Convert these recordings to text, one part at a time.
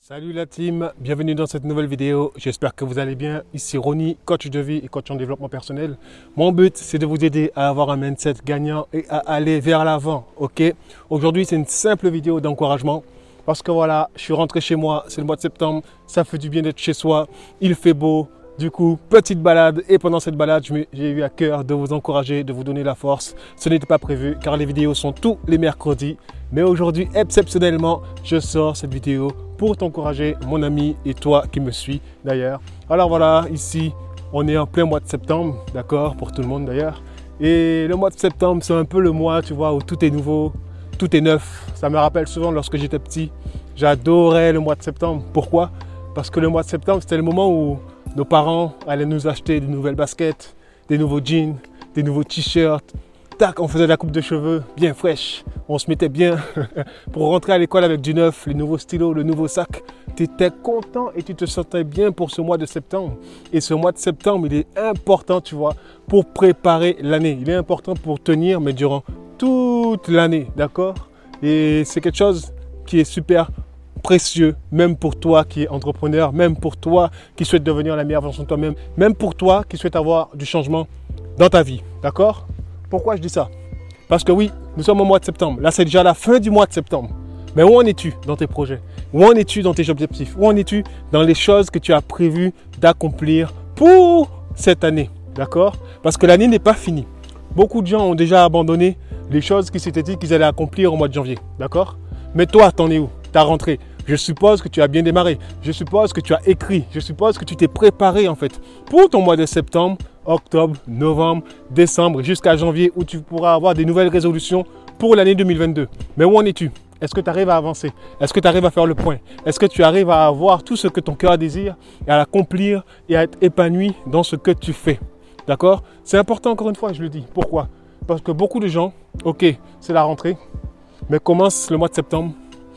Salut la team, bienvenue dans cette nouvelle vidéo. J'espère que vous allez bien. Ici Ronnie, coach de vie et coach en développement personnel. Mon but, c'est de vous aider à avoir un mindset gagnant et à aller vers l'avant. Ok. Aujourd'hui, c'est une simple vidéo d'encouragement parce que voilà, je suis rentré chez moi. C'est le mois de septembre. Ça fait du bien d'être chez soi. Il fait beau. Du coup, petite balade. Et pendant cette balade, j'ai eu à cœur de vous encourager, de vous donner la force. Ce n'était pas prévu car les vidéos sont tous les mercredis. Mais aujourd'hui, exceptionnellement, je sors cette vidéo pour t'encourager, mon ami, et toi qui me suis d'ailleurs. Alors voilà, ici, on est en plein mois de septembre, d'accord, pour tout le monde d'ailleurs. Et le mois de septembre, c'est un peu le mois, tu vois, où tout est nouveau, tout est neuf. Ça me rappelle souvent lorsque j'étais petit. J'adorais le mois de septembre. Pourquoi? Parce que le mois de septembre, c'était le moment où nos parents allaient nous acheter de nouvelles baskets, des nouveaux jeans, des nouveaux t-shirts. Tac, on faisait la coupe de cheveux bien fraîche. On se mettait bien pour rentrer à l'école avec du neuf, les nouveaux stylos, le nouveau sac. Tu étais content et tu te sentais bien pour ce mois de septembre. Et ce mois de septembre, il est important, tu vois, pour préparer l'année. Il est important pour tenir, mais durant toute l'année, d'accord? Et c'est quelque chose qui est super précieux, même pour toi qui es entrepreneur, même pour toi qui souhaite devenir la meilleure version de toi-même, même pour toi qui souhaite avoir du changement dans ta vie, d'accord? Pourquoi je dis ça? Parce que oui, nous sommes au mois de septembre. Là, c'est déjà la fin du mois de septembre. Mais où en es-tu dans tes projets? Où en es-tu dans tes objectifs? Où en es-tu dans les choses que tu as prévu d'accomplir pour cette année? D'accord? Parce que l'année n'est pas finie. Beaucoup de gens ont déjà abandonné les choses qu'ils s'étaient dit qu'ils allaient accomplir au mois de janvier. D'accord? Mais toi, t'en es où? T'as rentré. Je suppose que tu as bien démarré. Je suppose que tu as écrit. Je suppose que tu t'es préparé en fait pour ton mois de septembre, octobre, novembre, décembre, jusqu'à janvier où tu pourras avoir des nouvelles résolutions pour l'année 2022. Mais où en es-tu? Est-ce que tu arrives à avancer? Est-ce que tu arrives à faire le point? Est-ce que tu arrives à avoir tout ce que ton cœur désire et à l'accomplir et à être épanoui dans ce que tu fais? D'accord? C'est important encore une fois, je le dis. Pourquoi? Parce que beaucoup de gens, ok, c'est la rentrée, mais commencent le mois de septembre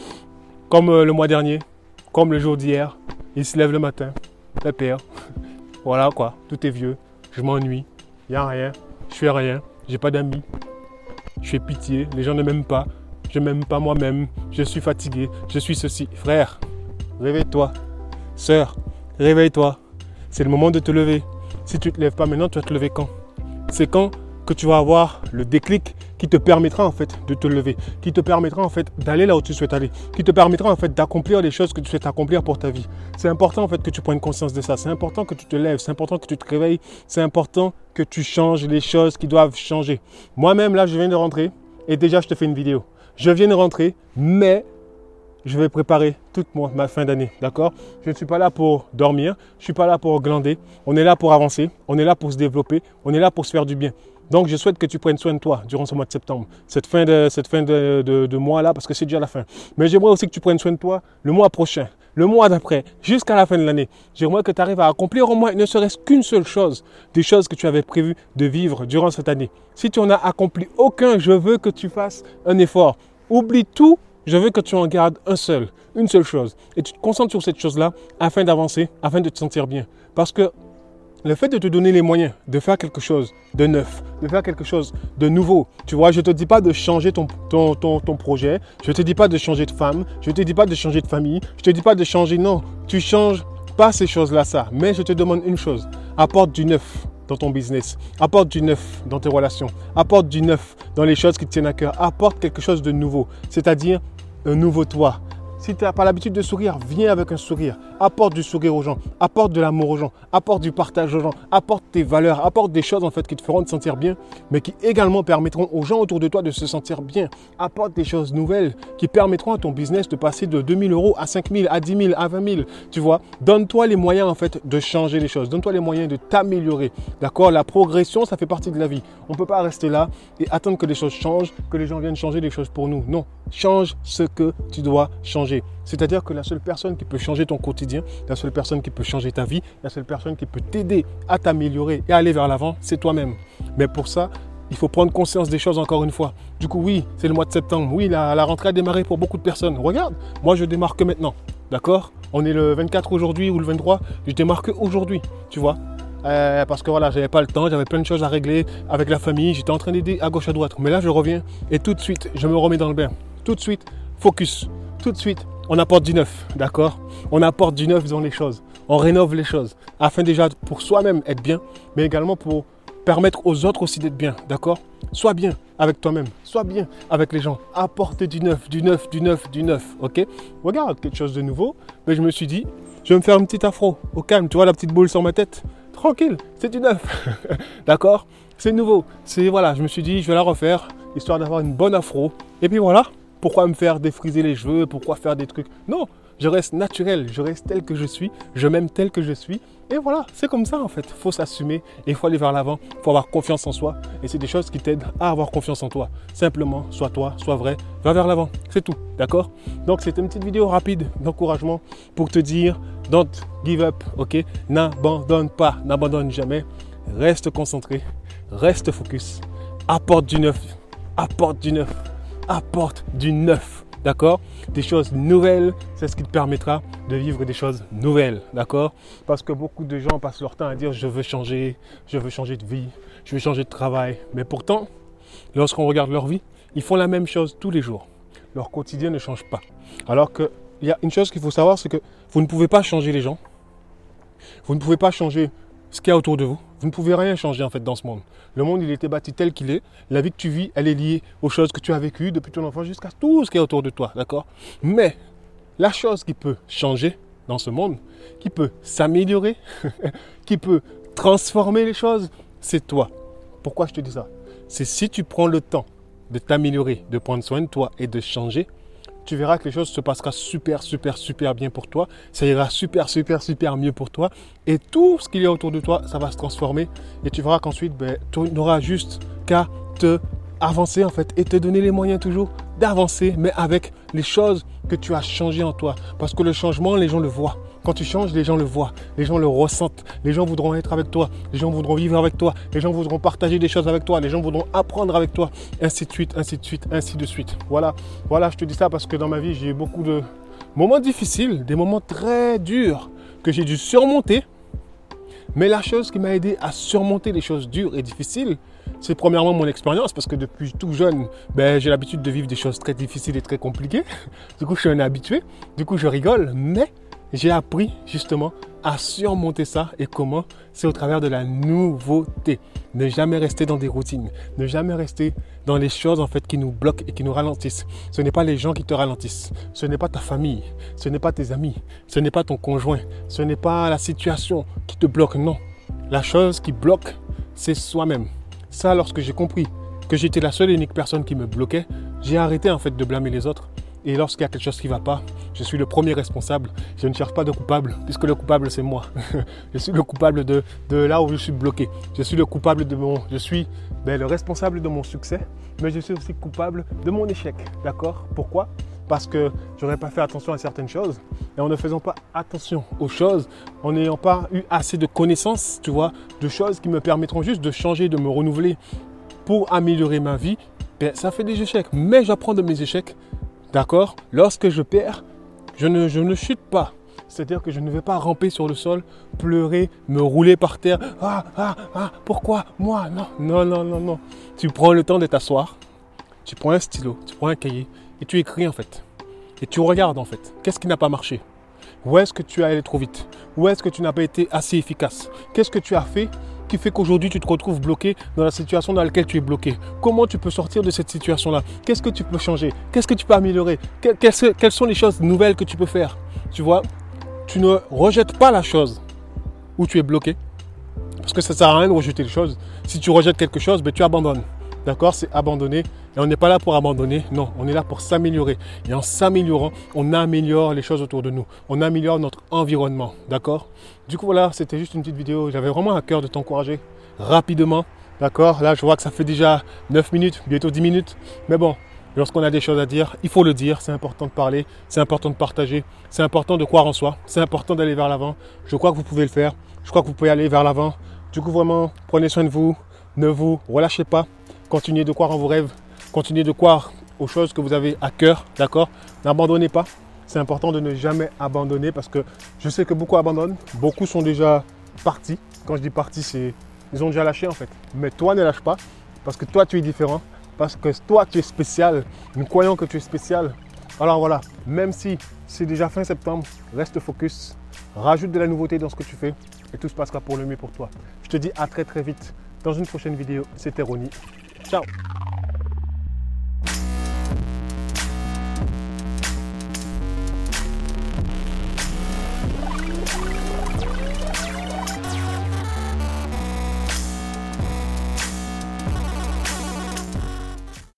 comme le mois dernier, comme le jour d'hier. Ils se lèvent le matin, pépère. Voilà quoi, tout est vieux. Je m'ennuie, il n'y a rien, je fais rien, j'ai pas d'amis, je fais pitié, les gens ne m'aiment pas, je ne m'aime pas moi-même, je suis fatigué, je suis ceci. Frère, réveille-toi. Sœur, réveille-toi. C'est le moment de te lever. Si tu ne te lèves pas maintenant, tu vas te lever quand? C'est quand que tu vas avoir le déclic qui te permettra en fait de te lever, qui te permettra en fait d'aller là où tu souhaites aller, qui te permettra en fait d'accomplir les choses que tu souhaites accomplir pour ta vie. C'est important en fait que tu prennes conscience de ça, c'est important que tu te lèves, c'est important que tu te réveilles, c'est important que tu changes les choses qui doivent changer. Moi-même là, je viens de rentrer et déjà je te fais une vidéo. Je viens de rentrer, mais je vais préparer toute ma fin d'année, d'accord? Je ne suis pas là pour dormir, je ne suis pas là pour glander. On est là pour avancer, on est là pour se développer, on est là pour se faire du bien. Donc, je souhaite que tu prennes soin de toi durant ce mois de septembre, cette fin de mois-là, parce que c'est déjà la fin. Mais j'aimerais aussi que tu prennes soin de toi le mois prochain, le mois d'après, jusqu'à la fin de l'année. J'aimerais que tu arrives à accomplir au moins ne serait-ce qu'une seule chose, des choses que tu avais prévu de vivre durant cette année. Si tu n'en as accompli aucun, je veux que tu fasses un effort. Oublie tout. Je veux que tu en gardes une seule chose. Et tu te concentres sur cette chose-là afin d'avancer, afin de te sentir bien. Parce que le fait de te donner les moyens de faire quelque chose de neuf, de faire quelque chose de nouveau, tu vois, je ne te dis pas de changer ton projet, je ne te dis pas de changer de femme, je ne te dis pas de changer de famille, je ne te dis pas de changer, non, tu changes pas ces choses-là, mais je te demande une chose, apporte du neuf dans ton business, apporte du neuf dans tes relations, apporte du neuf dans les choses qui te tiennent à cœur, apporte quelque chose de nouveau, c'est-à-dire un nouveau toi. Si tu n'as pas l'habitude de sourire, viens avec un sourire. Apporte du sourire aux gens, apporte de l'amour aux gens, apporte du partage aux gens, apporte tes valeurs, apporte des choses en fait qui te feront te sentir bien, mais qui également permettront aux gens autour de toi de se sentir bien. Apporte des choses nouvelles qui permettront à ton business de passer de 2 000 € à 5 000, à 10 000, à 20 000. Tu vois, donne-toi les moyens en fait de changer les choses, donne-toi les moyens de t'améliorer. D'accord? La progression, ça fait partie de la vie. On ne peut pas rester là et attendre que les choses changent, que les gens viennent changer les choses pour nous. Non, change ce que tu dois changer. C'est-à-dire que la seule personne qui peut changer ton quotidien, la seule personne qui peut changer ta vie, la seule personne qui peut t'aider à t'améliorer et à aller vers l'avant, c'est toi-même. Mais pour ça, il faut prendre conscience des choses encore une fois. Du coup, oui, c'est le mois de septembre. Oui, la rentrée a démarré pour beaucoup de personnes. Regarde, moi je démarre que maintenant. D'accord? On est le 24 aujourd'hui ou le 23. Je démarre que aujourd'hui, tu vois. Parce que voilà, j'avais pas le temps, j'avais plein de choses à régler avec la famille. J'étais en train d'aider à gauche à droite. Mais là, je reviens et tout de suite, je me remets dans le bain. Tout de suite, focus. Tout de suite, on apporte du neuf, d'accord? On apporte du neuf dans les choses. On rénove les choses afin déjà pour soi-même être bien, mais également pour permettre aux autres aussi d'être bien, d'accord? Sois bien avec toi-même, sois bien avec les gens. Apporte du neuf, du neuf, du neuf, du neuf, ok? Regarde quelque chose de nouveau, mais je me suis dit, je vais me faire une petite afro, au calme, tu vois la petite boule sur ma tête? Tranquille, c'est du neuf, d'accord? C'est nouveau, voilà, je me suis dit, je vais la refaire, histoire d'avoir une bonne afro. Et puis voilà, pourquoi me faire défriser les cheveux, pourquoi faire des trucs? Non, je reste naturel, je reste tel que je suis, je m'aime tel que je suis. Et voilà, c'est comme ça en fait. Il faut s'assumer et il faut aller vers l'avant. Il faut avoir confiance en soi. Et c'est des choses qui t'aident à avoir confiance en toi. Simplement, sois toi, sois vrai, va vers l'avant. C'est tout, d'accord? Donc c'était une petite vidéo rapide d'encouragement pour te dire, don't give up, ok? N'abandonne pas, n'abandonne jamais. Reste concentré, reste focus. Apporte du neuf, apporte du neuf, apporte du neuf. D'accord? Des choses nouvelles, c'est ce qui te permettra de vivre des choses nouvelles. D'accord? Parce que beaucoup de gens passent leur temps à dire je veux changer de vie, je veux changer de travail. Mais pourtant, lorsqu'on regarde leur vie, ils font la même chose tous les jours. Leur quotidien ne change pas. Alors qu'il y a une chose qu'il faut savoir, c'est que vous ne pouvez pas changer les gens. Vous ne pouvez pas changer ce qu'il y a autour de vous. Vous ne pouvez rien changer en fait dans ce monde. Le monde, il était bâti tel qu'il est. La vie que tu vis, elle est liée aux choses que tu as vécues depuis ton enfance jusqu'à tout ce qui est autour de toi, d'accord? Mais la chose qui peut changer dans ce monde, qui peut s'améliorer, qui peut transformer les choses, c'est toi. Pourquoi je te dis ça? C'est si tu prends le temps de t'améliorer, de prendre soin de toi et de changer, tu verras que les choses se passeront super, super, super bien pour toi. Ça ira super, super, super mieux pour toi. Et tout ce qu'il y a autour de toi, ça va se transformer. Et tu verras qu'ensuite, tu n'auras juste qu'à te avancer en fait et te donner les moyens toujours d'avancer, mais avec les choses que tu as changées en toi. Parce que le changement, les gens le voient. Quand tu changes, les gens le voient, les gens le ressentent, les gens voudront être avec toi, les gens voudront vivre avec toi, les gens voudront partager des choses avec toi, les gens voudront apprendre avec toi, ainsi de suite, ainsi de suite, ainsi de suite. Voilà, je te dis ça parce que dans ma vie, j'ai eu beaucoup de moments difficiles, des moments très durs que j'ai dû surmonter. Mais la chose qui m'a aidé à surmonter les choses dures et difficiles, c'est premièrement mon expérience parce que depuis tout jeune, j'ai l'habitude de vivre des choses très difficiles et très compliquées. Du coup, je suis un habitué, du coup, je rigole, mais j'ai appris justement à surmonter ça. Et comment? C'est au travers de la nouveauté. Ne jamais rester dans des routines. Ne jamais rester dans les choses en fait qui nous bloquent et qui nous ralentissent. Ce n'est pas les gens qui te ralentissent. Ce n'est pas ta famille. Ce n'est pas tes amis. Ce n'est pas ton conjoint. Ce n'est pas la situation qui te bloque. Non. La chose qui bloque, c'est soi-même. Ça, lorsque j'ai compris que j'étais la seule et unique personne qui me bloquait, j'ai arrêté en fait de blâmer les autres. Et lorsqu'il y a quelque chose qui ne va pas, je suis le premier responsable. Je ne cherche pas de coupable, puisque le coupable, c'est moi. Je suis le coupable de là où je suis bloqué. Je suis le coupable je suis le responsable de mon succès, mais je suis aussi coupable de mon échec. D'accord? Pourquoi? Parce que je n'aurais pas fait attention à certaines choses. Et en ne faisant pas attention aux choses, en n'ayant pas eu assez de connaissances, tu vois, de choses qui me permettront juste de changer, de me renouveler pour améliorer ma vie, ça fait des échecs. Mais j'apprends de mes échecs. D'accord? Lorsque je perds, je ne chute pas. C'est-à-dire que je ne vais pas ramper sur le sol, pleurer, me rouler par terre. Pourquoi? Moi? Non. Tu prends le temps de t'asseoir, tu prends un stylo, tu prends un cahier et tu écris en fait. Et tu regardes en fait. Qu'est-ce qui n'a pas marché? Où est-ce que tu as allé trop vite? Où est-ce que tu n'as pas été assez efficace? Qu'est-ce que tu as fait qui fait qu'aujourd'hui tu te retrouves bloqué dans la situation dans laquelle tu es bloqué? Comment tu peux sortir de cette situation-là? Qu'est-ce que tu peux changer? Qu'est-ce que tu peux améliorer? Quelles sont les choses nouvelles que tu peux faire? Tu vois, tu ne rejettes pas la chose où tu es bloqué. Parce que ça ne sert à rien de rejeter les choses. Si tu rejettes quelque chose, tu abandonnes. D'accord? C'est abandonner. Et on n'est pas là pour abandonner. Non, on est là pour s'améliorer. Et en s'améliorant, on améliore les choses autour de nous. On améliore notre environnement. D'accord? Du coup, voilà, c'était juste une petite vidéo. J'avais vraiment à cœur de t'encourager rapidement. D'accord? Là, je vois que ça fait déjà 9 minutes, bientôt 10 minutes. Mais bon, lorsqu'on a des choses à dire, il faut le dire. C'est important de parler. C'est important de partager. C'est important de croire en soi. C'est important d'aller vers l'avant. Je crois que vous pouvez le faire. Je crois que vous pouvez aller vers l'avant. Du coup, vraiment, prenez soin de vous. Ne vous relâchez pas. Continuez de croire en vos rêves. Continuez de croire aux choses que vous avez à cœur. D'accord? N'abandonnez pas. C'est important de ne jamais abandonner parce que je sais que beaucoup abandonnent. Beaucoup sont déjà partis. Quand je dis partis, c'est ils ont déjà lâché en fait. Mais toi, ne lâche pas parce que toi, tu es différent. Parce que toi, tu es spécial. Nous croyons que tu es spécial. Alors voilà, même si c'est déjà fin septembre, reste focus, rajoute de la nouveauté dans ce que tu fais et tout se passera pour le mieux pour toi. Je te dis à très vite dans une prochaine vidéo. C'était Ronnie. Ciao.